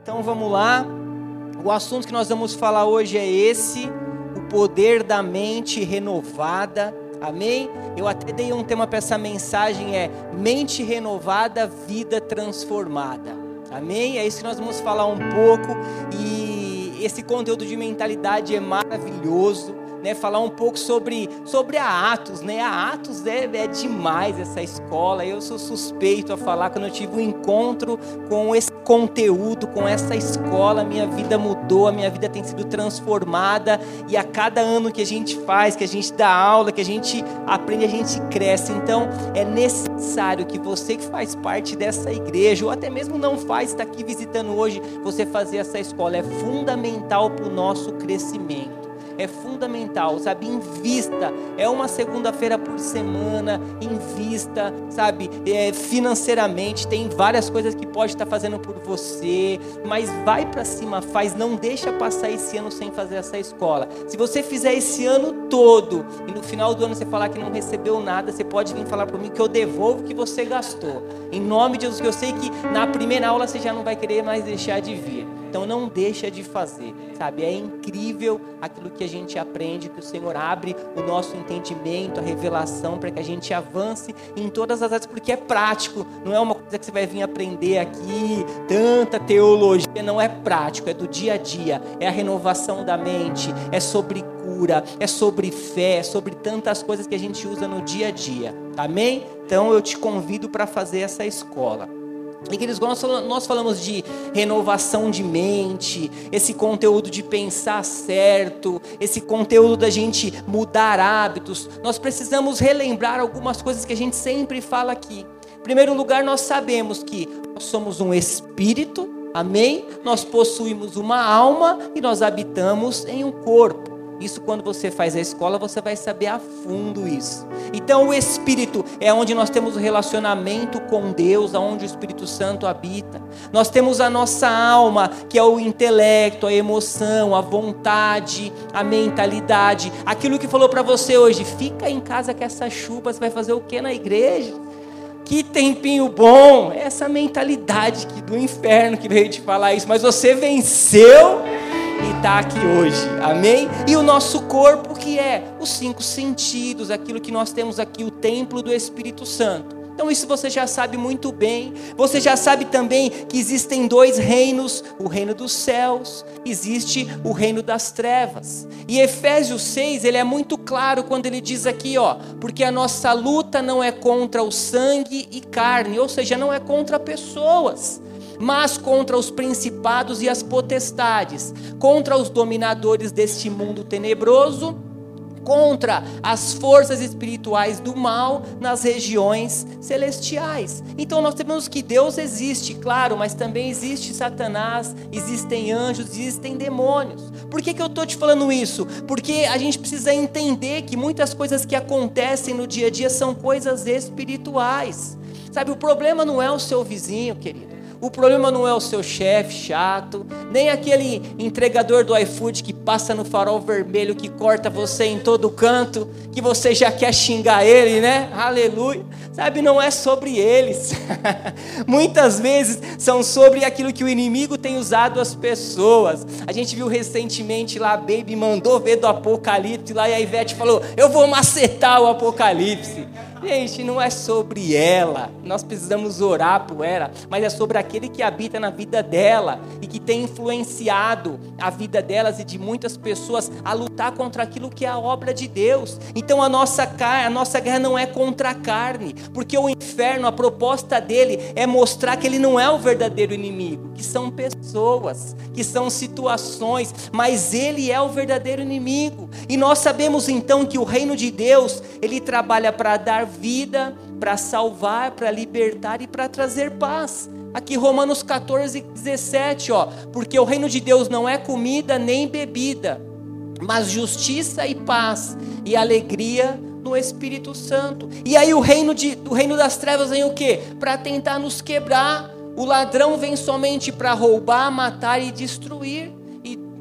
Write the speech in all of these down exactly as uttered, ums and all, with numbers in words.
Então vamos lá, o assunto que nós vamos falar hoje é esse, o poder da mente renovada, amém? Eu até dei um tema para essa mensagem, é mente renovada, vida transformada, amém? É isso que nós vamos falar um pouco, e esse conteúdo de mentalidade é maravilhoso, né? Falar um pouco sobre, sobre a Atos, né? A Atos é, é demais essa escola, eu sou suspeito a falar. Quando eu tive um encontro com esse conteúdo, com essa escola, minha vida mudou, a minha vida tem sido transformada, e a cada ano que a gente faz, que a gente dá aula, que a gente aprende, a gente cresce. Então é necessário que você que faz parte dessa igreja, ou até mesmo não faz, está aqui visitando hoje, você fazer essa escola, é fundamental para o nosso crescimento. É fundamental, sabe, invista, é uma segunda-feira por semana, invista, sabe, é, financeiramente, tem várias coisas que pode estar fazendo por você, mas vai para cima, faz, não deixa passar esse ano sem fazer essa escola. Se você fizer esse ano todo, e no final do ano você falar que não recebeu nada, você pode vir falar para mim que eu devolvo o que você gastou, em nome de Jesus, que eu sei que na primeira aula você já não vai querer mais deixar de vir. Então não deixa de fazer, sabe, é incrível aquilo que a gente aprende, que o Senhor abre o nosso entendimento, a revelação, para que a gente avance em todas as áreas, porque é prático, não é uma coisa que você vai vir aprender aqui, tanta teologia, não é prático, é do dia a dia, é a renovação da mente, é sobre cura, é sobre fé, é sobre tantas coisas que a gente usa no dia a dia, amém? Então eu te convido para fazer essa escola. E queridos, nós falamos de renovação de mente, esse conteúdo de pensar certo, esse conteúdo da gente mudar hábitos, nós precisamos relembrar algumas coisas que a gente sempre fala aqui. Em primeiro lugar, nós sabemos que nós somos um espírito, amém? Nós possuímos uma alma e nós habitamos em um corpo. Isso, quando você faz a escola, você vai saber a fundo isso. Então o Espírito é onde nós temos o relacionamento com Deus, onde o Espírito Santo habita. Nós temos a nossa alma, que é o intelecto, a emoção, a vontade, a mentalidade. Aquilo que falou para você hoje, fica em casa com essa chuva, você vai fazer o que na igreja? Que tempinho bom, essa mentalidade do inferno que veio te falar isso, mas você venceu e está aqui hoje, amém? E o nosso corpo, que é os cinco sentidos, aquilo que nós temos aqui, o templo do Espírito Santo. Então isso você já sabe muito bem. Você já sabe também que existem dois reinos, o reino dos céus, existe o reino das trevas. E Efésios seis, ele é muito claro quando ele diz aqui, ó, porque a nossa luta não é contra o sangue e carne, ou seja, não é contra pessoas, mas contra os principados e as potestades, contra os dominadores deste mundo tenebroso, contra as forças espirituais do mal nas regiões celestiais. Então nós sabemos que Deus existe, claro, mas também existe Satanás, existem anjos, existem demônios. Por que que eu estou te falando isso? Porque a gente precisa entender que muitas coisas que acontecem no dia a dia são coisas espirituais. Sabe, o problema não é o seu vizinho, querido. O problema não é o seu chefe chato, nem aquele entregador do iFood que passa no farol vermelho, que corta você em todo canto, que você já quer xingar ele, né? Aleluia. Sabe, não é sobre eles. Muitas vezes são sobre aquilo que o inimigo tem usado as pessoas. A gente viu recentemente lá, a Baby mandou ver do Apocalipse lá, e a Ivete falou, eu vou macetar o Apocalipse. Gente, não é sobre ela, nós precisamos orar por ela, mas é sobre aquele que habita na vida dela e que tem influenciado a vida delas e de muitas pessoas a lutar contra aquilo que é a obra de Deus. Então a nossa, a nossa guerra não é contra a carne, porque o inferno, a proposta dele é mostrar que ele não é o verdadeiro inimigo, que são pessoas, que são situações, mas ele é o verdadeiro inimigo. E nós sabemos então que o reino de Deus, ele trabalha para dar vida, para salvar, para libertar e para trazer paz. Aqui Romanos catorze, dezessete, ó, porque o reino de Deus não é comida nem bebida, mas justiça e paz e alegria no Espírito Santo. E aí o reino, de, o reino das trevas vem o quê? Para tentar nos quebrar. O ladrão vem somente para roubar, matar e destruir. E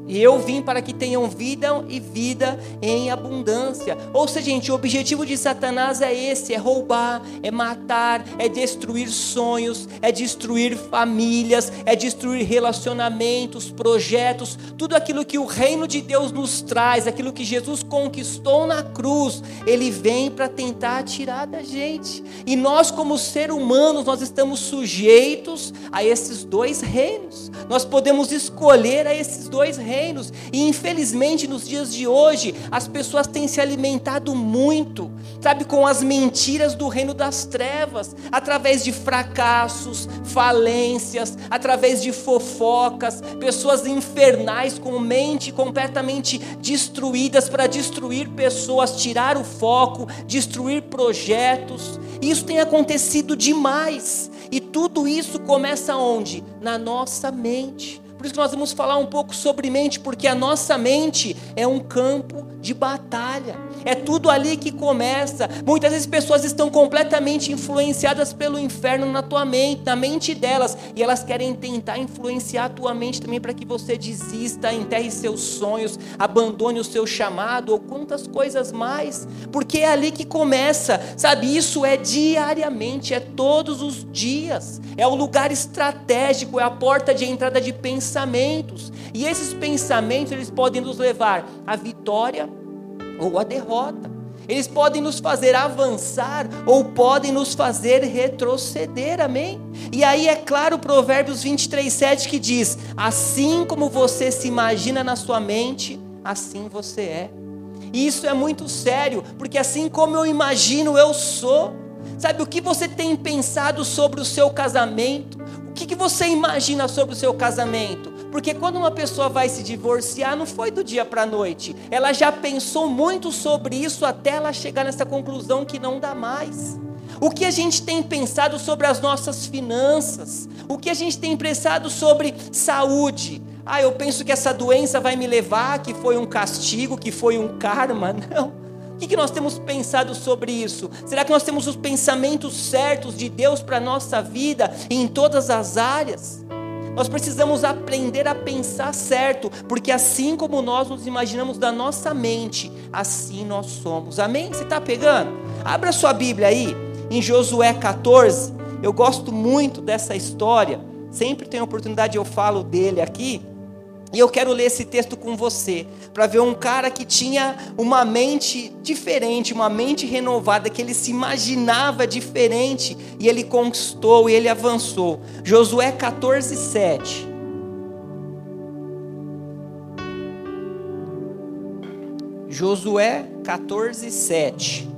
E eu vim para que tenham vida e vida em abundância. Ou seja, gente, o objetivo de Satanás é esse, é roubar, é matar, é destruir sonhos, é destruir famílias, é destruir relacionamentos, projetos, tudo aquilo que o reino de Deus nos traz, aquilo que Jesus conquistou na cruz, ele vem para tentar tirar da gente. E nós, como seres humanos, nós estamos sujeitos a esses dois reinos. Nós podemos escolher a esses dois reinos. E infelizmente nos dias de hoje as pessoas têm se alimentado muito, sabe, com as mentiras do reino das trevas, através de fracassos, falências, através de fofocas, pessoas infernais com mente completamente destruídas para destruir pessoas, tirar o foco, destruir projetos. Isso tem acontecido demais, e tudo isso começa onde? Na nossa mente. Por isso que nós vamos falar um pouco sobre mente, porque a nossa mente é um campo de batalha, é tudo ali que começa. Muitas vezes pessoas estão completamente influenciadas pelo inferno na tua mente, na mente delas, e elas querem tentar influenciar a tua mente também para que você desista, enterre seus sonhos, abandone o seu chamado, ou quantas coisas mais, porque é ali que começa, sabe, isso é diariamente, é todos os dias, é o lugar estratégico, é a porta de entrada de pensamentos, e esses pensamentos, eles podem nos levar à vitória ou à derrota, eles podem nos fazer avançar ou podem nos fazer retroceder, amém? E aí é claro, Provérbios vinte e três, sete que diz: assim como você se imagina na sua mente, assim você é. E isso é muito sério, porque assim como eu imagino, eu sou. Sabe, o que você tem pensado sobre o seu casamento? O que, que você imagina sobre o seu casamento? Porque quando uma pessoa vai se divorciar, não foi do dia para a noite. Ela já pensou muito sobre isso até ela chegar nessa conclusão que não dá mais. O que a gente tem pensado sobre as nossas finanças? O que a gente tem pensado sobre saúde? Ah, eu penso que essa doença vai me levar, que foi um castigo, que foi um karma. Não. O que nós temos pensado sobre isso? Será que nós temos os pensamentos certos de Deus para a nossa vida em todas as áreas? Nós precisamos aprender a pensar certo, porque assim como nós nos imaginamos da nossa mente, assim nós somos. Amém? Você está pegando? Abra sua Bíblia aí, em Josué catorze. Eu gosto muito dessa história. Sempre tem oportunidade, eu falo dele aqui. E eu quero ler esse texto com você, para ver um cara que tinha uma mente diferente, uma mente renovada, que ele se imaginava diferente, e ele conquistou, e ele avançou. Josué catorze, sete. Josué catorze, sete.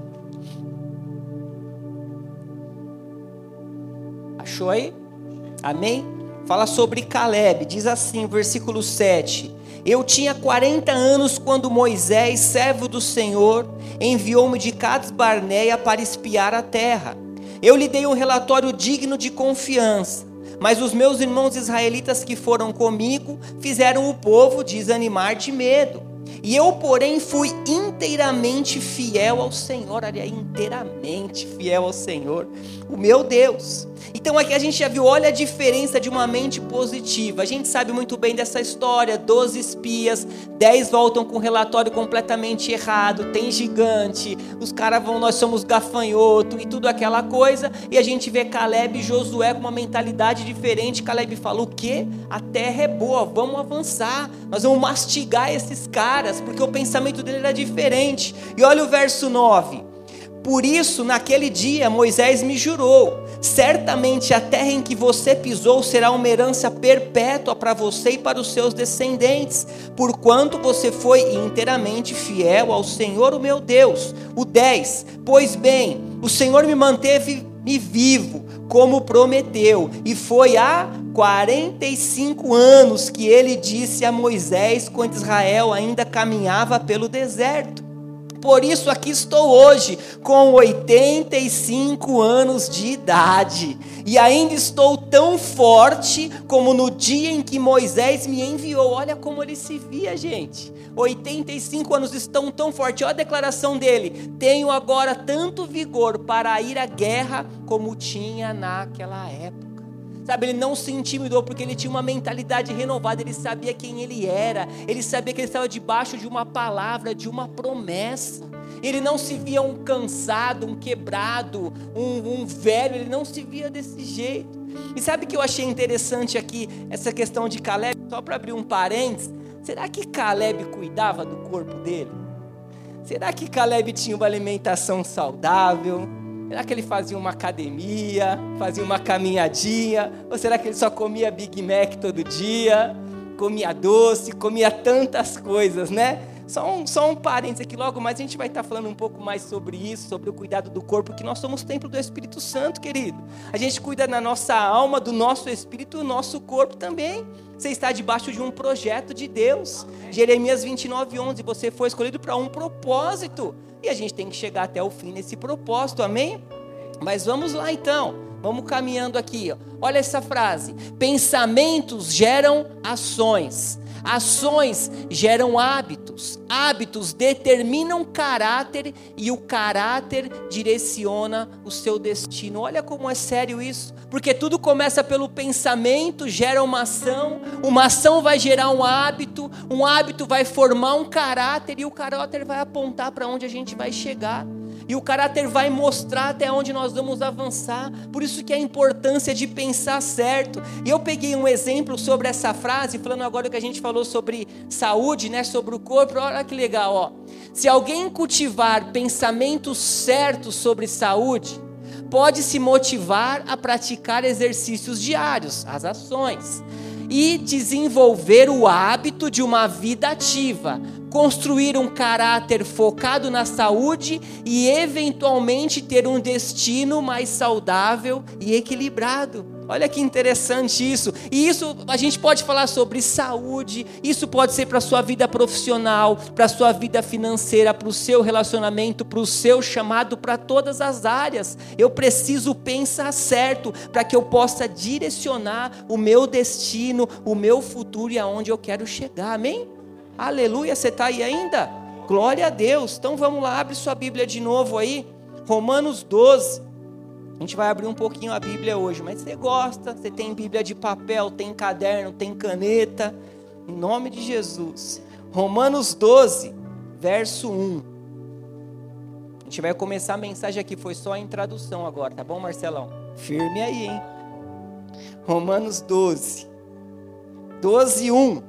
Achou aí? Amém? Fala sobre Caleb, diz assim, versículo sete: eu tinha quarenta anos quando Moisés, servo do Senhor, enviou-me de Cades Barneia para espiar a terra. Eu lhe dei um relatório digno de confiança, mas os meus irmãos israelitas que foram comigo fizeram o povo desanimar de medo. E eu, porém, fui inteiramente fiel ao Senhor. Olha, inteiramente fiel ao Senhor, o meu Deus. Então aqui a gente já viu, olha a diferença de uma mente positiva. A gente sabe muito bem dessa história, doze espias, dez voltam com um relatório completamente errado, tem gigante, os caras vão, nós somos gafanhoto e tudo aquela coisa, e a gente vê Caleb e Josué com uma mentalidade diferente. Caleb fala, o quê? A terra é boa, vamos avançar, nós vamos mastigar esses caras, porque o pensamento dele era diferente. E olha o verso nove: por isso naquele dia Moisés me jurou, certamente a terra em que você pisou será uma herança perpétua para você e para os seus descendentes, porquanto você foi inteiramente fiel ao Senhor, o meu Deus. O dez, pois bem, o Senhor me manteve vivo, como prometeu, e foi há quarenta e cinco anos que ele disse a Moisés, quando Israel ainda caminhava pelo deserto. Por isso aqui estou hoje, com oitenta e cinco anos de idade, e ainda estou tão forte como no dia em que Moisés me enviou. Olha como ele se via, gente, oitenta e cinco anos, estão tão forte. Olha a declaração dele: tenho agora tanto vigor para ir à guerra como tinha naquela época. Sabe, ele não se intimidou porque ele tinha uma mentalidade renovada, ele sabia quem ele era, ele sabia que ele estava debaixo de uma palavra, de uma promessa. Ele não se via um cansado, um quebrado, um, um velho, ele não se via desse jeito. E sabe o que eu achei interessante aqui, essa questão de Caleb, só para abrir um parênteses, será que Caleb cuidava do corpo dele? Será que Caleb tinha uma alimentação saudável? Será que ele fazia uma academia, fazia uma caminhadinha? Ou será que ele só comia Big Mac todo dia? Comia doce, comia tantas coisas, né? Só um, só um parênteses aqui, logo mais a gente vai estar falando um pouco mais sobre isso, sobre o cuidado do corpo, que nós somos templo do Espírito Santo, querido. A gente cuida da nossa alma, do nosso espírito, do nosso corpo também. Você está debaixo de um projeto de Deus. Jeremias vinte e nove, onze, você foi escolhido para um propósito. E a gente tem que chegar até o fim nesse propósito, amém? Mas vamos lá então, vamos caminhando aqui, ó. Olha essa frase: pensamentos geram ações. Ações geram hábitos, hábitos determinam caráter e o caráter direciona o seu destino. Olha como é sério isso, porque tudo começa pelo pensamento, gera uma ação, uma ação vai gerar um hábito, um hábito vai formar um caráter e o caráter vai apontar para onde a gente vai chegar. E o caráter vai mostrar até onde nós vamos avançar. Por isso que a importância de pensar certo. E eu peguei um exemplo sobre essa frase, falando agora que a gente falou sobre saúde, né, sobre o corpo. Olha que legal, ó. Se alguém cultivar pensamentos certos sobre saúde, pode se motivar a praticar exercícios diários, as ações, e desenvolver o hábito de uma vida ativa, construir um caráter focado na saúde e eventualmente ter um destino mais saudável e equilibrado. Olha que interessante isso. E isso a gente pode falar sobre saúde, isso pode ser para a sua vida profissional, para a sua vida financeira, para o seu relacionamento, para o seu chamado, para todas as áreas. Eu preciso pensar certo para que eu possa direcionar o meu destino, o meu futuro e aonde eu quero chegar, amém? Aleluia, você está aí ainda? Glória a Deus. Então vamos lá, abre sua Bíblia de novo aí, Romanos doze. A gente vai abrir um pouquinho a Bíblia hoje, mas você gosta, você tem Bíblia de papel, tem caderno, tem caneta, em nome de Jesus. Romanos doze, verso um. A gente vai começar a mensagem aqui, foi só a introdução agora, tá bom, Marcelão? Firme aí, hein? Romanos doze, doze, um.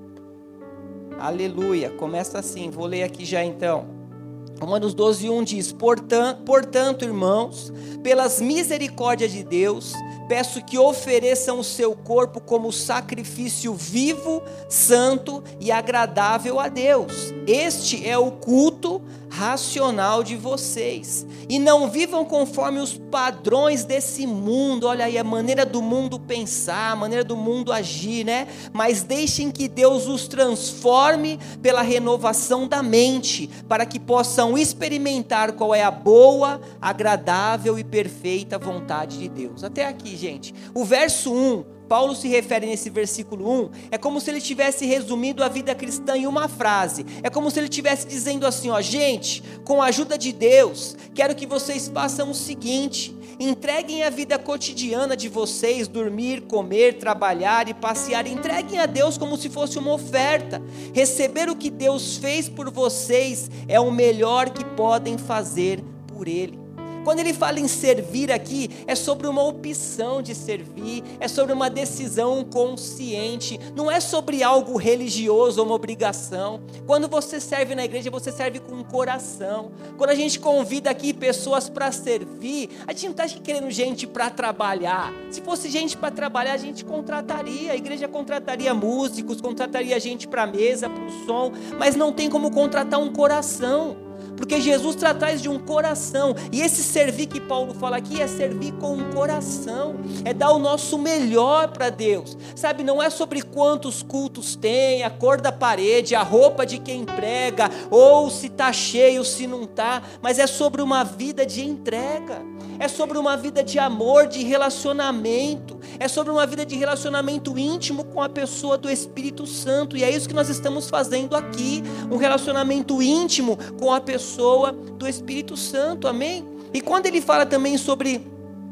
Aleluia, começa assim, vou ler aqui já então. Romanos doze, um diz: portanto, portanto, irmãos, pelas misericórdias de Deus, peço que ofereçam o seu corpo como sacrifício vivo, santo e agradável a Deus. Este é o culto racional de vocês. E não vivam conforme os padrões desse mundo. Olha aí a maneira do mundo pensar, a maneira do mundo agir, né? Mas deixem que Deus os transforme pela renovação da mente, para que possam experimentar qual é a boa, agradável e perfeita vontade de Deus. Até aqui, gente. O verso um, Paulo se refere nesse versículo um, é como se ele tivesse resumido a vida cristã em uma frase. É como se ele estivesse dizendo assim, ó, gente, com a ajuda de Deus, quero que vocês façam o seguinte: entreguem a vida cotidiana de vocês, dormir, comer, trabalhar e passear, entreguem a Deus como se fosse uma oferta. Receber o que Deus fez por vocês é o melhor que podem fazer por Ele. Quando ele fala em servir aqui, é sobre uma opção de servir, é sobre uma decisão consciente, não é sobre algo religioso ou uma obrigação. Quando você serve na igreja, você serve com o coração. Quando a gente convida aqui pessoas para servir, a gente não está querendo gente para trabalhar. Se fosse gente para trabalhar, a gente contrataria, a igreja contrataria músicos, contrataria gente para a mesa, para o som, mas não tem como contratar um coração. Porque Jesus traz de um coração, e esse servir que Paulo fala aqui é servir com um coração, é dar o nosso melhor para Deus, sabe? Não é sobre quantos cultos tem, a cor da parede, a roupa de quem prega, ou se está cheio, se não está, mas é sobre uma vida de entrega, é sobre uma vida de amor, de relacionamento, é sobre uma vida de relacionamento íntimo com a pessoa do Espírito Santo, e é isso que nós estamos fazendo aqui, um relacionamento íntimo com a pessoa do Espírito Santo, amém? E quando ele fala também sobre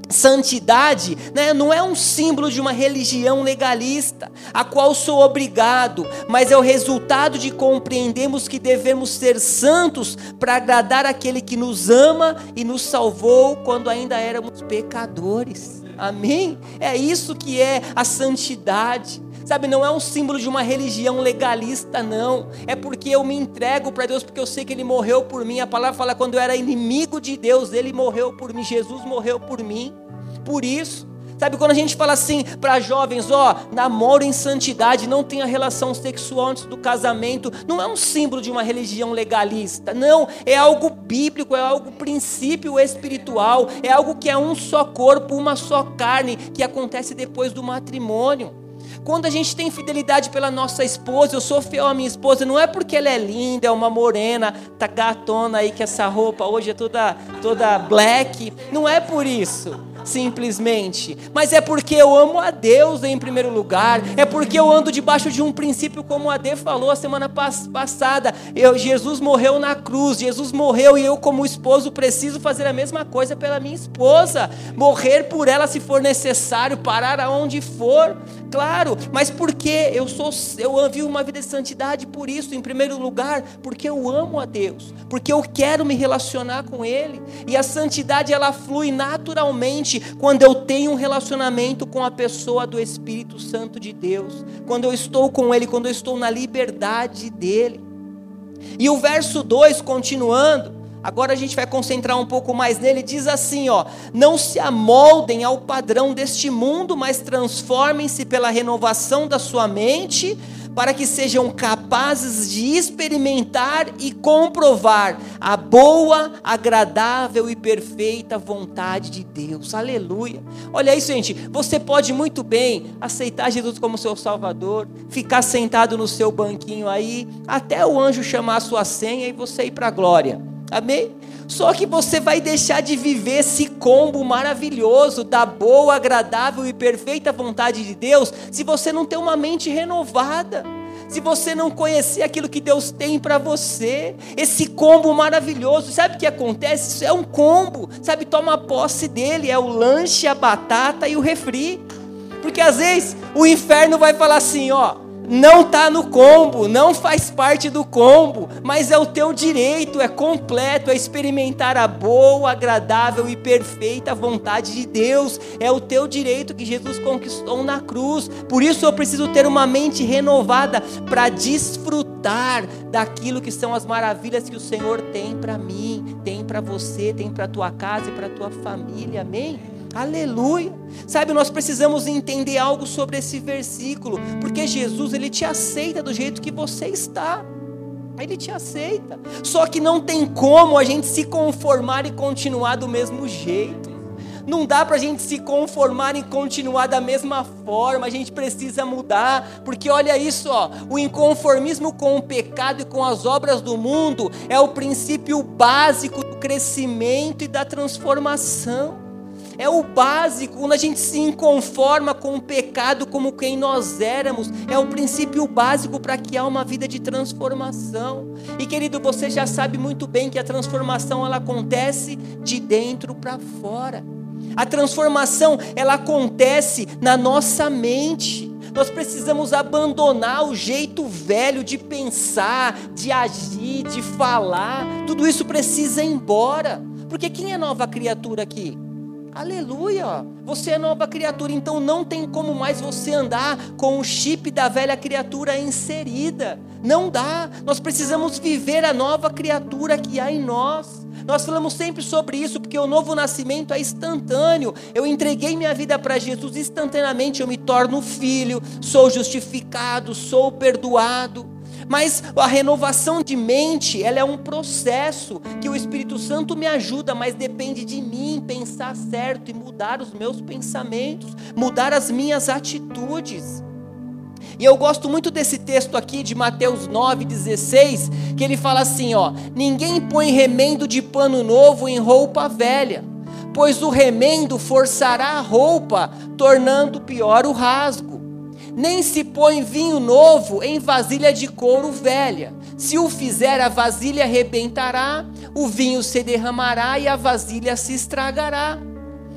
Santidade, né, não é um símbolo de uma religião legalista, a qual sou obrigado, mas é o resultado de compreendermos que devemos ser santos para agradar aquele que nos ama e nos salvou quando ainda éramos pecadores. Amém? É isso que é a santidade. Sabe, não é um símbolo de uma religião legalista, não. É porque eu me entrego para Deus, porque eu sei que Ele morreu por mim. A palavra fala, quando eu era inimigo de Deus, Ele morreu por mim. Jesus morreu por mim. Por isso, sabe, quando a gente fala assim para jovens, ó, namoro em santidade, não tenha relação sexual antes do casamento, não é um símbolo de uma religião legalista, não, é algo bíblico, é algo princípio espiritual, é algo que é um só corpo, uma só carne, que acontece depois do matrimônio. Quando a gente tem fidelidade pela nossa esposa, eu sou fiel à minha esposa, não é porque ela é linda, é uma morena, tá gatona aí, que essa roupa hoje é toda, toda black, não é por isso. Simplesmente, mas é porque eu amo a Deus em primeiro lugar, é porque eu ando debaixo de um princípio, como a Adê falou a semana pass- passada, eu, Jesus morreu na cruz, Jesus morreu e eu como esposo preciso fazer a mesma coisa pela minha esposa, morrer por ela se for necessário, parar aonde for, claro, mas porque eu sou, eu vivo uma vida de santidade por isso, em primeiro lugar, porque eu amo a Deus, porque eu quero me relacionar com Ele, e a santidade ela flui naturalmente quando eu tenho um relacionamento com a pessoa do Espírito Santo de Deus, quando eu estou com Ele, quando eu estou na liberdade dEle. E o verso dois, continuando, agora a gente vai concentrar um pouco mais nele, diz assim, ó, não se amoldem ao padrão deste mundo, mas transformem-se pela renovação da sua mente, para que sejam capazes de experimentar e comprovar a boa, agradável e perfeita vontade de Deus. Aleluia. Olha isso, gente. Você pode muito bem aceitar Jesus como seu Salvador, ficar sentado no seu banquinho aí, até o anjo chamar a sua senha e você ir para a glória. Amém? Só que você vai deixar de viver esse combo maravilhoso da boa, agradável e perfeita vontade de Deus se você não ter uma mente renovada, se você não conhecer aquilo que Deus tem para você, esse combo maravilhoso. Sabe o que acontece? Isso é um combo, sabe? Toma posse dele, é o lanche, a batata e o refri, porque às vezes o inferno vai falar assim, ó, não está no combo, não faz parte do combo, mas é o teu direito, é completo, é experimentar a boa, agradável e perfeita vontade de Deus, é o teu direito que Jesus conquistou na cruz. Por isso eu preciso ter uma mente renovada para desfrutar daquilo que são as maravilhas que o Senhor tem para mim, tem para você, tem para a tua casa e para a tua família, amém? Aleluia. Sabe, nós precisamos entender algo sobre esse versículo, porque Jesus, Ele te aceita do jeito que você está, Ele te aceita, só que não tem como a gente se conformar e continuar do mesmo jeito, não dá para a gente se conformar e continuar da mesma forma, a gente precisa mudar, porque olha isso, ó, o inconformismo com o pecado e com as obras do mundo é o princípio básico do crescimento e da transformação. É o básico, quando a gente se inconforma com o pecado como quem nós éramos, é o princípio básico para que há uma vida de transformação. E querido, você já sabe muito bem que a transformação ela acontece de dentro para fora. A transformação ela acontece na nossa mente. Nós precisamos abandonar o jeito velho de pensar, de agir, de falar. Tudo isso precisa ir embora, porque quem é nova criatura aqui? Aleluia, você é nova criatura, então não tem como mais você andar com o chip da velha criatura inserida, não dá, nós precisamos viver a nova criatura que há em nós. Nós falamos sempre sobre isso, porque o novo nascimento é instantâneo, eu entreguei minha vida para Jesus, instantaneamente eu me torno filho, sou justificado, sou perdoado. Mas a renovação de mente, ela é um processo que o Espírito Santo me ajuda, mas depende de mim pensar certo e mudar os meus pensamentos, mudar as minhas atitudes. E eu gosto muito desse texto aqui de Mateus nove, dezesseis, que ele fala assim, ó, ninguém põe remendo de pano novo em roupa velha, pois o remendo forçará a roupa, tornando pior o rasgo. Nem se põe vinho novo em vasilha de couro velha. Se o fizer, a vasilha arrebentará, o vinho se derramará e a vasilha se estragará.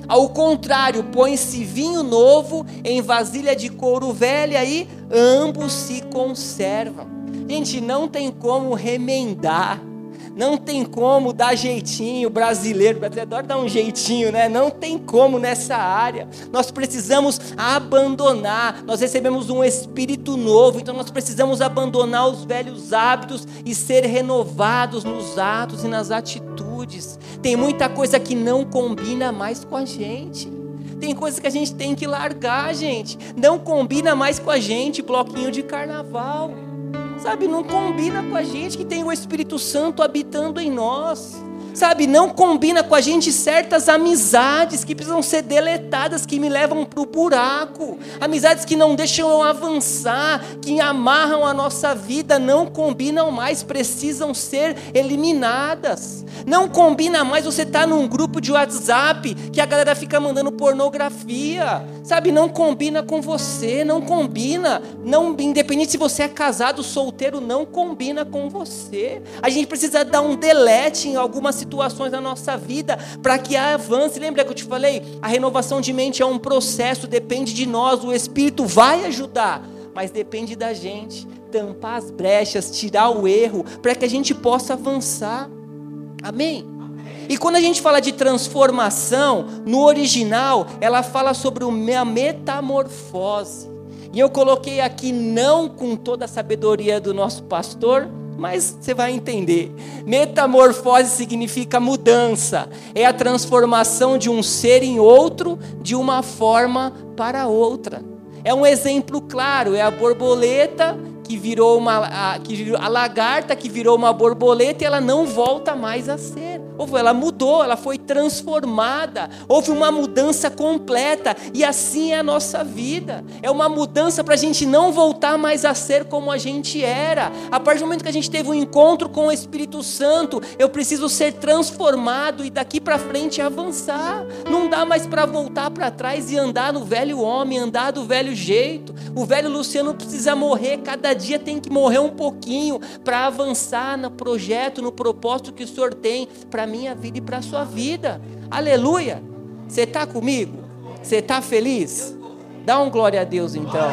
Ao contrário, põe-se vinho novo em vasilha de couro velha e ambos se conservam. Gente, não tem como remendar, não tem como dar jeitinho. Brasileiro, brasileiro adora dar um jeitinho, né? Não tem como nessa área. Nós precisamos abandonar. Nós recebemos um espírito novo, então nós precisamos abandonar os velhos hábitos e ser renovados nos atos e nas atitudes. Tem muita coisa que não combina mais com a gente. Tem coisas que a gente tem que largar, gente. Não combina mais com a gente bloquinho de carnaval. Sabe, não combina com a gente que tem o Espírito Santo habitando em nós. Sabe, não combina com a gente certas amizades que precisam ser deletadas, que me levam para o buraco. Amizades que não deixam eu avançar, que amarram a nossa vida, não combinam mais, precisam ser eliminadas. Não combina mais você estar num grupo de WhatsApp que a galera fica mandando pornografia. Sabe, não combina com você, não combina. Não, independente se você é casado, solteiro, não combina com você. A gente precisa dar um delete em algumas situações. situações na nossa vida, para que avance. Lembra que eu te falei? A renovação de mente é um processo, depende de nós, o Espírito vai ajudar, mas depende da gente, tampar as brechas, tirar o erro, para que a gente possa avançar, amém? E quando a gente fala de transformação, no original, ela fala sobre uma metamorfose, e eu coloquei aqui não com toda a sabedoria do nosso pastor, mas você vai entender. Metamorfose significa mudança. É a transformação de um ser em outro, de uma forma para outra. É um exemplo claro, é a borboleta que virou uma... A, que virou, a lagarta que virou uma borboleta e ela não volta mais a ser. Ou ela mudou, ela foi transformada. Houve uma mudança completa. E assim é a nossa vida. É uma mudança para a gente não voltar mais a ser como a gente era. A partir do momento que a gente teve um encontro com o Espírito Santo, eu preciso ser transformado e daqui para frente avançar. Não dá mais para voltar para trás e andar no velho homem, andar do velho jeito. O velho Luciano precisa morrer, cada dia tem que morrer um pouquinho para avançar no projeto, no propósito que o Senhor tem para a minha vida e para a sua vida. Aleluia! Você está comigo? Você está feliz? Dá um glória a Deus então.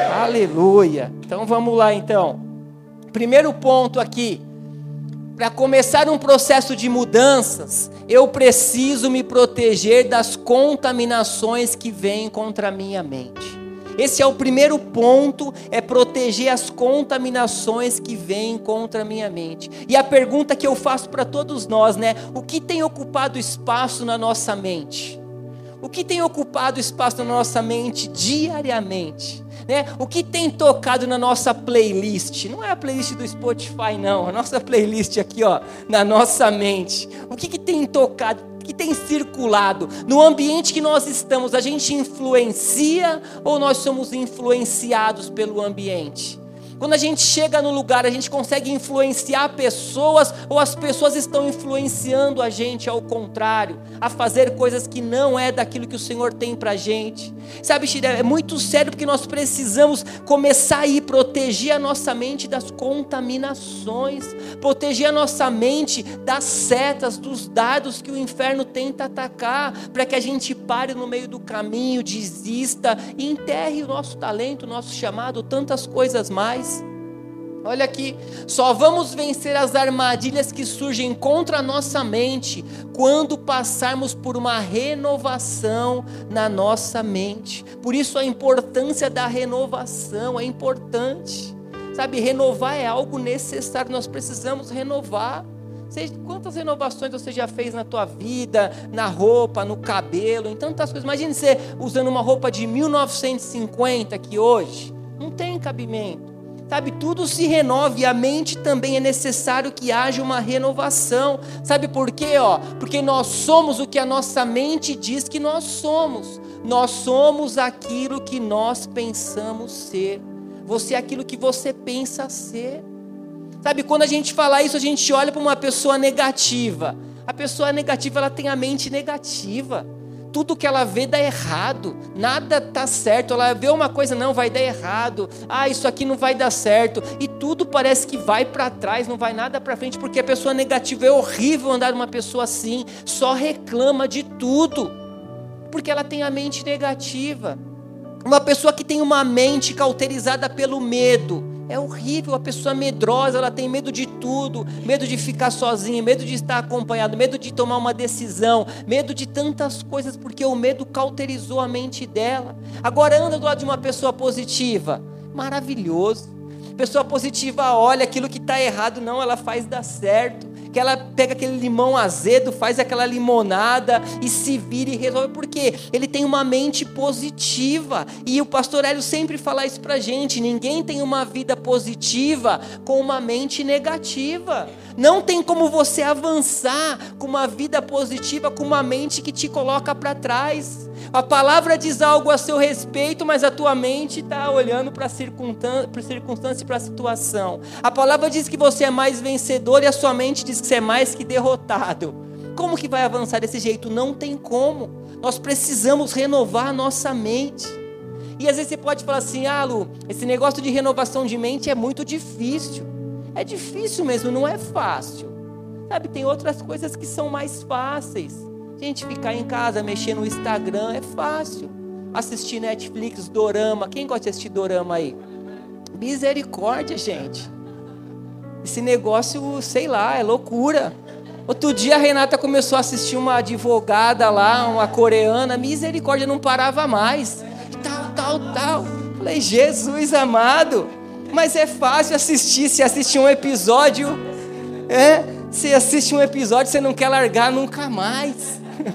Aleluia! Então vamos lá então. Primeiro ponto aqui. Para começar um processo de mudanças, eu preciso me proteger das contaminações que vêm contra a minha mente. Esse é o primeiro ponto, é proteger as contaminações que vêm contra a minha mente. E a pergunta que eu faço para todos nós, né? O que tem ocupado espaço na nossa mente? O que tem ocupado espaço na nossa mente diariamente? Né? O que tem tocado na nossa playlist? Não é a playlist do Spotify não, a nossa playlist aqui ó, na nossa mente. O que, que tem tocado? Que tem circulado no ambiente que nós estamos? A gente influencia ou nós somos influenciados pelo ambiente? Quando a gente chega no lugar, a gente consegue influenciar pessoas ou as pessoas estão influenciando a gente ao contrário, a fazer coisas que não é daquilo que o Senhor tem pra gente? Sabe, é muito sério porque nós precisamos começar a ir proteger a nossa mente das contaminações, proteger a nossa mente das setas, dos dardos que o inferno tenta atacar, para que a gente pare no meio do caminho, desista e enterre o nosso talento, o nosso chamado, tantas coisas mais. Olha aqui, só vamos vencer as armadilhas que surgem contra a nossa mente quando passarmos por uma renovação na nossa mente. Por isso a importância da renovação é importante. Sabe, renovar é algo necessário, nós precisamos renovar. Quantas renovações você já fez na tua vida, na roupa, no cabelo, em tantas coisas. Imagine você usando uma roupa de mil novecentos e cinquenta que hoje não tem cabimento. Sabe, tudo se renova e a mente também é necessário que haja uma renovação. Sabe por quê? Ó? Porque nós somos o que a nossa mente diz que nós somos. Nós somos aquilo que nós pensamos ser. Você é aquilo que você pensa ser. Sabe, quando a gente fala isso, a gente olha para uma pessoa negativa. A pessoa negativa, ela tem a mente negativa. Tudo que ela vê dá errado, nada está certo, ela vê uma coisa, não, vai dar errado, ah, isso aqui não vai dar certo, e tudo parece que vai para trás, não vai nada para frente, porque a pessoa negativa, é horrível andar uma pessoa assim, só reclama de tudo. Porque ela tem a mente negativa. Uma pessoa que tem uma mente cauterizada pelo medo, é horrível. A pessoa medrosa, ela tem medo de tudo, medo de ficar sozinha, medo de estar acompanhado, medo de tomar uma decisão, medo de tantas coisas, porque o medo cauterizou a mente dela. Agora anda do lado de uma pessoa positiva, maravilhoso. Pessoa positiva olha aquilo que está errado, não, ela faz dar certo. Que ela pega aquele limão azedo, faz aquela limonada e se vira e resolve. Por quê? Ele tem uma mente positiva. E o pastor Hélio sempre fala isso pra gente: ninguém tem uma vida positiva com uma mente negativa. Não tem como você avançar com uma vida positiva com uma mente que te coloca para trás. A palavra diz algo a seu respeito, mas a tua mente está olhando para a circunstância e para a situação. A palavra diz que você é mais vencedor e a sua mente diz que você é mais que derrotado. Como que vai avançar desse jeito? Não tem como. Nós precisamos renovar a nossa mente. E às vezes você pode falar assim: ah, Lu, esse negócio de renovação de mente é muito difícil. É difícil mesmo, não é fácil. Sabe, tem outras coisas que são mais fáceis. Gente, ficar em casa, mexer no Instagram é fácil. Assistir Netflix, dorama. Quem gosta de assistir dorama aí? Misericórdia, gente. Esse negócio, sei lá, é loucura. Outro dia a Renata começou a assistir uma advogada lá, uma coreana. Misericórdia, não parava mais. Tal, tal, tal. Falei, Jesus amado. Mas é fácil assistir. Se assistir um episódio, é, se assiste um episódio, você não quer largar nunca mais.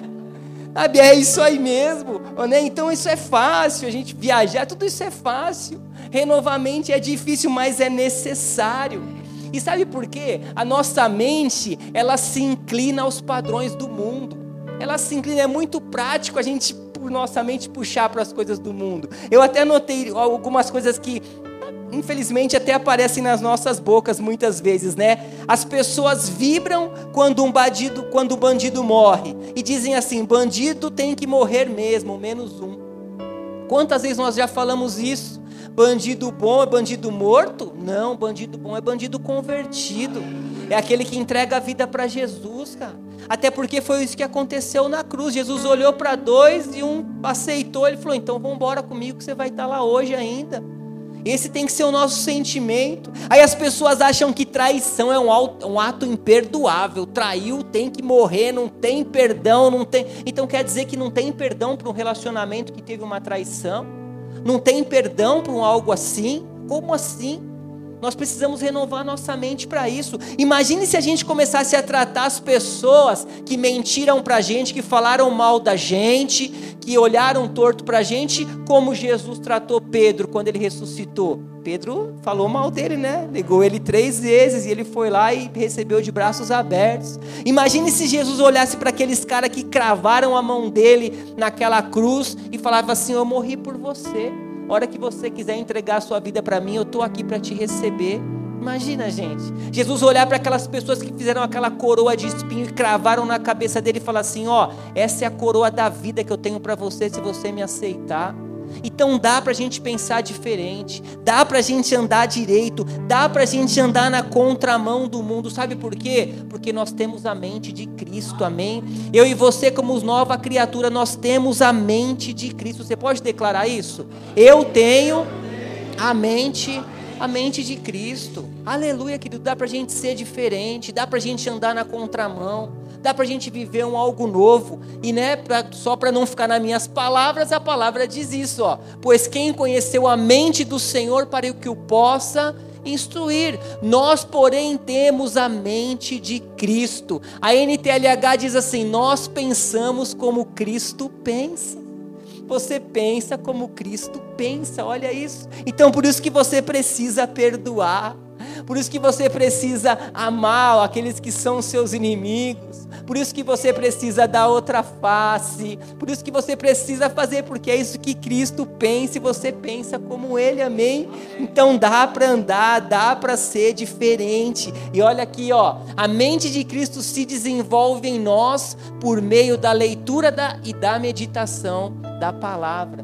Sabe, é isso aí mesmo, né? Então isso é fácil, a gente viajar, tudo isso é fácil. Renovamente é difícil, mas é necessário. E sabe por quê? A nossa mente, ela se inclina aos padrões do mundo. Ela se inclina, é muito prático a gente, por nossa mente, puxar para as coisas do mundo. Eu até notei algumas coisas que, infelizmente, até aparecem nas nossas bocas muitas vezes, né? As pessoas vibram quando um bandido, quando um bandido morre e dizem assim: bandido tem que morrer mesmo, menos um. Quantas vezes nós já falamos isso? Bandido bom é bandido morto? Não, bandido bom é bandido convertido. É aquele que entrega a vida para Jesus, cara. Até porque foi isso que aconteceu na cruz. Jesus olhou para dois e um aceitou. Ele falou: então vamos embora comigo que você vai estar lá hoje ainda. Esse tem que ser o nosso sentimento. Aí as pessoas acham que traição é um ato imperdoável. Traiu, tem que morrer, não tem perdão, não tem. Então quer dizer que não tem perdão para um relacionamento que teve uma traição? Não tem perdão para um algo assim? Como assim? Nós precisamos renovar nossa mente para isso. Imagine se a gente começasse a tratar as pessoas que mentiram para a gente, que falaram mal da gente, que olharam torto para a gente, como Jesus tratou Pedro quando ele ressuscitou. Pedro falou mal dele, né? Negou ele três vezes e ele foi lá e recebeu de braços abertos. Imagine se Jesus olhasse para aqueles caras que cravaram a mão dele naquela cruz e falava assim: eu morri por você. A hora que você quiser entregar a sua vida para mim, eu estou aqui para te receber. Imagina, gente. Jesus olhar para aquelas pessoas que fizeram aquela coroa de espinho e cravaram na cabeça dele e falar assim: ó, essa é a coroa da vida que eu tenho para você se você me aceitar. Então dá para a gente pensar diferente, dá para a gente andar direito, dá para a gente andar na contramão do mundo. Sabe por quê? Porque nós temos a mente de Cristo, amém? Eu e você, como nova criatura, nós temos a mente de Cristo. Você pode declarar isso? Eu tenho a mente a mente de Cristo. Aleluia, querido. Dá para a gente ser diferente, dá para a gente andar na contramão, dá para a gente viver um algo novo. E né, pra, só para não ficar nas minhas palavras, a palavra diz isso, ó. Pois quem conheceu a mente do Senhor para que o possa instruir? Nós, porém, temos a mente de Cristo. A N T L H diz assim: nós pensamos como Cristo pensa. Você pensa como Cristo pensa, olha isso. Então por isso que você precisa perdoar. Por isso que você precisa amar aqueles que são seus inimigos. Por isso que você precisa dar outra face. Por isso que você precisa fazer, porque é isso que Cristo pensa e você pensa como Ele, amém? Então dá para andar, dá para ser diferente. E olha aqui, ó, a mente de Cristo se desenvolve em nós por meio da leitura da, e da meditação da palavra.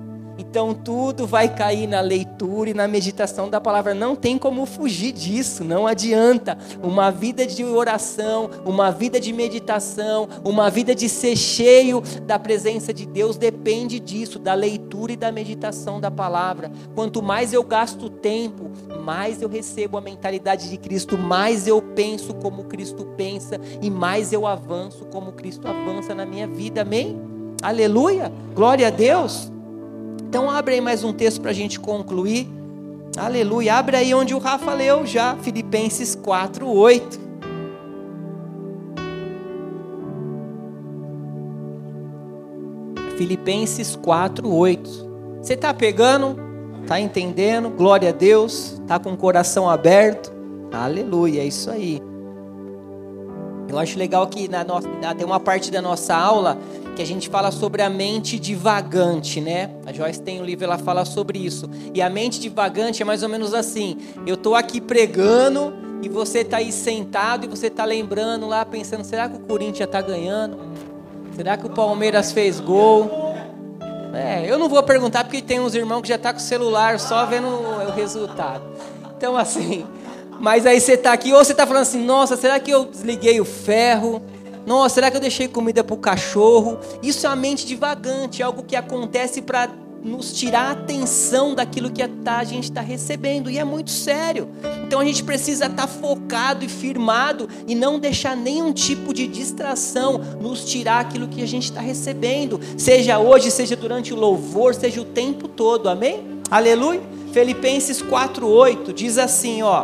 Então tudo vai cair na leitura e na meditação da palavra. Não tem como fugir disso, não adianta. Uma vida de oração, uma vida de meditação, uma vida de ser cheio da presença de Deus depende disso, da leitura e da meditação da palavra. Quanto mais eu gasto tempo, mais eu recebo a mentalidade de Cristo, mais eu penso como Cristo pensa e mais eu avanço como Cristo avança na minha vida, amém? Aleluia, glória a Deus. Então abre aí mais um texto para a gente concluir, aleluia, abre aí onde o Rafa leu já, Filipenses quatro, oito. Filipenses quatro, oito. Você está pegando? Está entendendo? Glória a Deus. Está com o coração aberto? Aleluia, é isso aí. Eu acho legal que na nossa, tem uma parte da nossa aula que a gente fala sobre a mente divagante, né? A Joyce tem um livro, ela fala sobre isso. E a mente divagante é mais ou menos assim. Eu estou aqui pregando e você está aí sentado e você está lembrando lá, pensando, será que o Corinthians está ganhando? Será que o Palmeiras fez gol? É, eu não vou perguntar porque tem uns irmãos que já estão tá com o celular só vendo o resultado. Então assim, mas aí você está aqui, ou você está falando assim, nossa, será que eu desliguei o ferro? Nossa, será que eu deixei comida para o cachorro? Isso é a mente divagante, algo que acontece para nos tirar a atenção daquilo que a gente está recebendo, e é muito sério. Então a gente precisa estar focado e firmado e não deixar nenhum tipo de distração nos tirar aquilo que a gente está recebendo, seja hoje, seja durante o louvor, seja o tempo todo, amém? Aleluia. Filipenses quatro, oito diz assim, ó: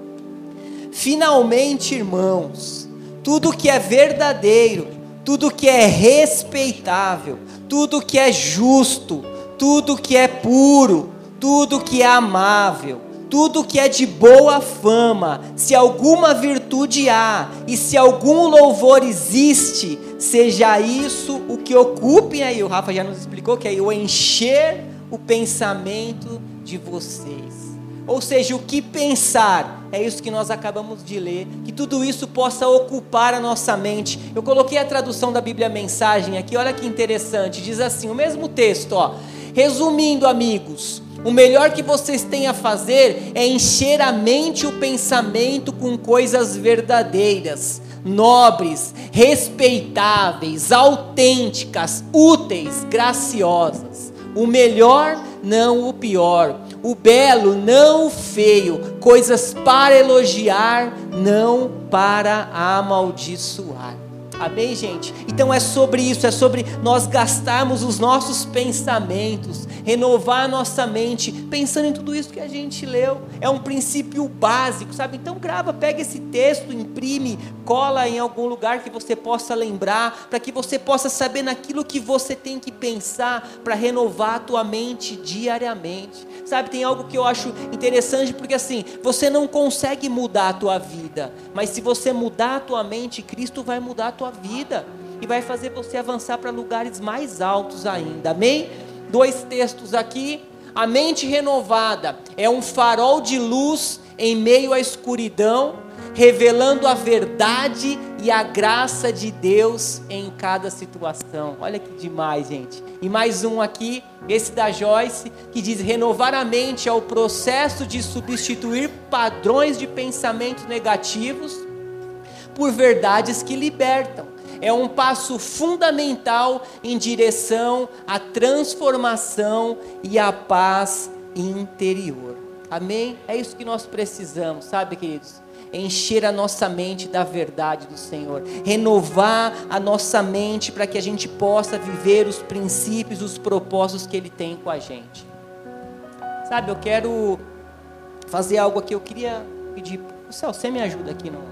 finalmente, irmãos, tudo que é verdadeiro, tudo que é respeitável, tudo que é justo, tudo que é puro, tudo que é amável, tudo que é de boa fama, se alguma virtude há e se algum louvor existe, seja isso o que ocupem aí. O Rafa já nos explicou que é o encher o pensamento de vocês. Ou seja, o que pensar, é isso que nós acabamos de ler, que tudo isso possa ocupar a nossa mente. Eu coloquei a tradução da Bíblia Mensagem aqui, olha que interessante, diz assim, o mesmo texto, ó: resumindo, amigos, o melhor que vocês têm a fazer é encher a mente e o pensamento com coisas verdadeiras, nobres, respeitáveis, autênticas, úteis, graciosas. O melhor, não o pior. O belo, não o feio. Coisas para elogiar, não para amaldiçoar. Amém, gente? Então é sobre isso, é sobre nós gastarmos os nossos pensamentos, renovar a nossa mente, pensando em tudo isso que a gente leu. É um princípio básico, sabe? Então grava, pega esse texto, imprime, cola em algum lugar que você possa lembrar, para que você possa saber naquilo que você tem que pensar, para renovar a tua mente diariamente. Sabe, tem algo que eu acho interessante, porque assim, você não consegue mudar a tua vida, mas se você mudar a tua mente, Cristo vai mudar a tua vida, e vai fazer você avançar para lugares mais altos ainda, amém? Dois textos aqui. A mente renovada é um farol de luz em meio à escuridão, revelando a verdade e a graça de Deus em cada situação. Olha que demais, gente. E mais um aqui, esse da Joyce, que diz: renovar a mente é o processo de substituir padrões de pensamentos negativos por verdades que libertam. É um passo fundamental em direção à transformação e à paz interior. Amém? É isso que nós precisamos, sabe, queridos? Encher a nossa mente da verdade do Senhor, renovar a nossa mente para que a gente possa viver os princípios, os propósitos que Ele tem com a gente. Sabe, eu quero fazer algo aqui, eu queria pedir, o Céu, você me ajuda aqui no...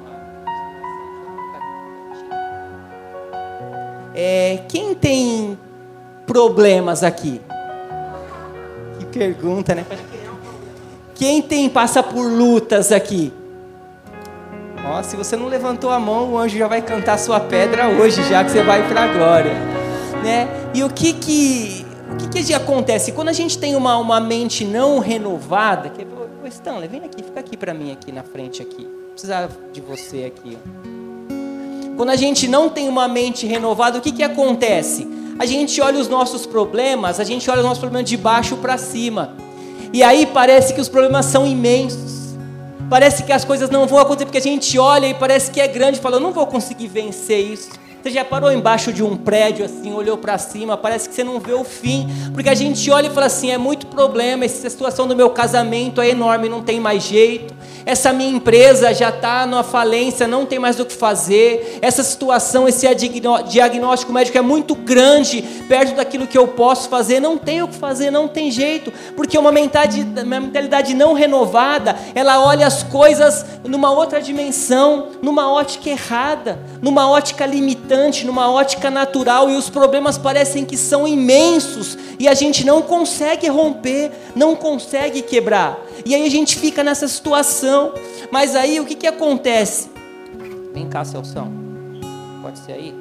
É, quem tem problemas aqui? Que pergunta, né? Quem tem, passa por lutas aqui? Ó, se você não levantou a mão, o anjo já vai cantar a sua pedra hoje, já que você vai para a glória, né? E o que que, o que que acontece? Quando a gente tem uma, uma mente não renovada, que, ô, Stanley, vem aqui, fica aqui para mim, aqui na frente, aqui. Vou precisar de você aqui, ó. Quando a gente não tem uma mente renovada, o que que acontece? A gente olha os nossos problemas, a gente olha os nossos problemas de baixo para cima. E aí parece que os problemas são imensos. Parece que as coisas não vão acontecer, porque a gente olha e parece que é grande, fala, eu não vou conseguir vencer isso. Você já parou embaixo de um prédio assim, olhou para cima, parece que você não vê o fim, porque a gente olha e fala assim, é muito problema, essa situação do meu casamento é enorme, não tem mais jeito, essa minha empresa já está na falência, não tem mais o que fazer, essa situação, esse diagnóstico médico é muito grande, perto daquilo que eu posso fazer, não tem o que fazer, não tem jeito, porque uma mentalidade, uma mentalidade não renovada, ela olha as coisas numa outra dimensão, numa ótica errada, numa ótica limitante, numa ótica natural, e os problemas parecem que são imensos, e a gente não consegue romper, não consegue quebrar, e aí a gente fica nessa situação. Mas aí o que que acontece? Vem cá, Celção, pode ser aí?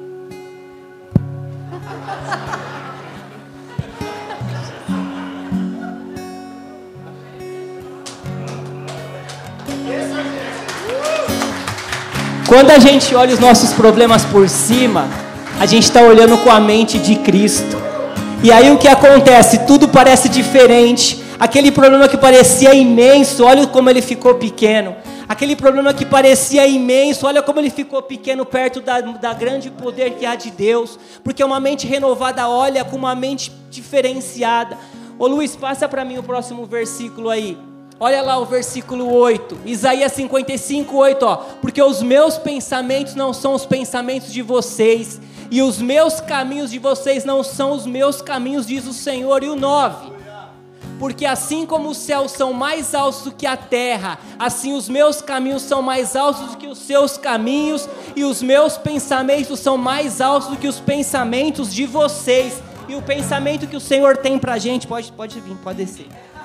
Quando a gente olha os nossos problemas por cima, a gente está olhando com a mente de Cristo. E aí o que acontece? Tudo parece diferente. Aquele problema que parecia imenso, olha como ele ficou pequeno. Aquele problema que parecia imenso, olha como ele ficou pequeno perto da, da grande poder que há de Deus. Porque uma mente renovada olha com uma mente diferenciada. Ô Luiz, passa para mim o próximo versículo aí. Olha lá o versículo oito, Isaías cinquenta e cinco, oito, ó. Porque os meus pensamentos não são os pensamentos de vocês, e os meus caminhos de vocês não são os meus caminhos, diz o Senhor. E o nove, porque assim como os céus são mais altos do que a terra, assim os meus caminhos são mais altos do que os seus caminhos, e os meus pensamentos são mais altos do que os pensamentos de vocês. E o pensamento que o Senhor tem pra gente, pode, pode vir, pode descer.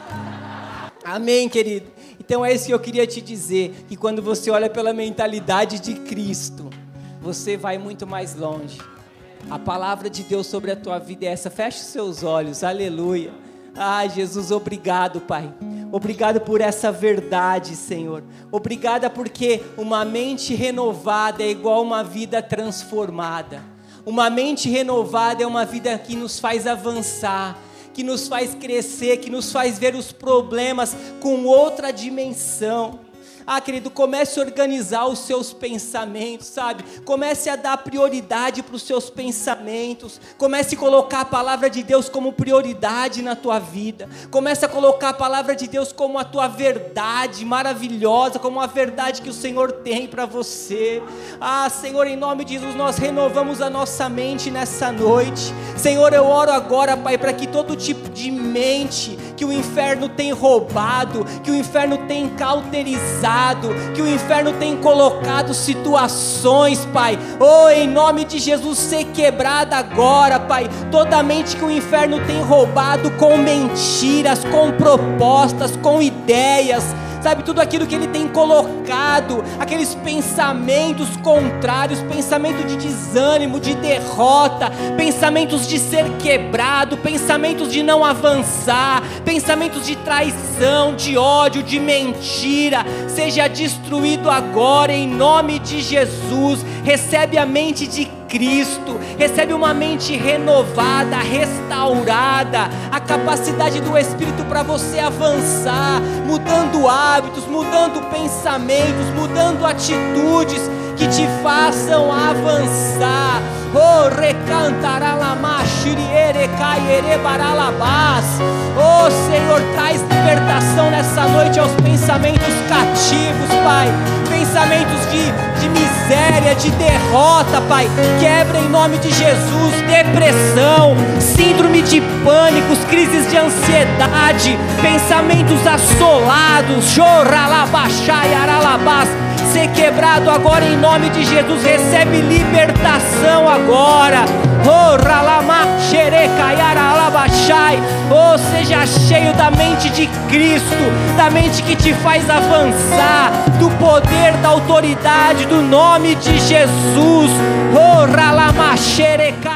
Amém, querido? Então é isso que eu queria te dizer, que quando você olha pela mentalidade de Cristo, você vai muito mais longe. A palavra de Deus sobre a tua vida é essa. Feche os seus olhos, aleluia. Ai, Jesus, obrigado, Pai. Obrigado por essa verdade, Senhor. Obrigada porque uma mente renovada é igual uma vida transformada. Uma mente renovada é uma vida que nos faz avançar, que nos faz crescer, que nos faz ver os problemas com outra dimensão. Ah, querido, comece a organizar os seus pensamentos, sabe? Comece a dar prioridade para os seus pensamentos. Comece a colocar a palavra de Deus como prioridade na tua vida. Comece a colocar a palavra de Deus como a tua verdade maravilhosa, como a verdade que o Senhor tem para você. Ah, Senhor, em nome de Jesus, nós renovamos a nossa mente nessa noite. Senhor, eu oro agora, Pai, para que todo tipo de mente que o inferno tem roubado, que o inferno tem cauterizado, que o inferno tem colocado situações, Pai, oh, em nome de Jesus, ser quebrada agora, Pai, toda mente que o inferno tem roubado com mentiras, com propostas, com ideias, sabe, tudo aquilo que ele tem colocado, aqueles pensamentos contrários, pensamento de desânimo, de derrota, pensamentos de ser quebrado, pensamentos de não avançar, pensamentos de traição, de ódio, de mentira, seja destruído agora em nome de Jesus. Recebe a mente de Cristo, recebe uma mente renovada, restaurada, a capacidade do Espírito para você avançar, mudando hábitos, mudando pensamentos, mudando atitudes que te façam avançar. Oh, recantará lama, xiriere, caiere, baralabás. Oh, Senhor, traz libertação nessa noite aos pensamentos cativos, Pai. Pensamentos de, de miséria, de derrota, Pai. Quebra em nome de Jesus depressão, síndrome de pânico, crises de ansiedade, pensamentos assolados, choralabachai, aralabás. Ser quebrado agora em nome de Jesus. Recebe libertação agora. Oh, ralama, xerecaiara, alabachai. Oh, seja cheio da mente de Cristo, da mente que te faz avançar, do poder, da autoridade, do nome de Jesus. Oh, ralama, xerecaiara.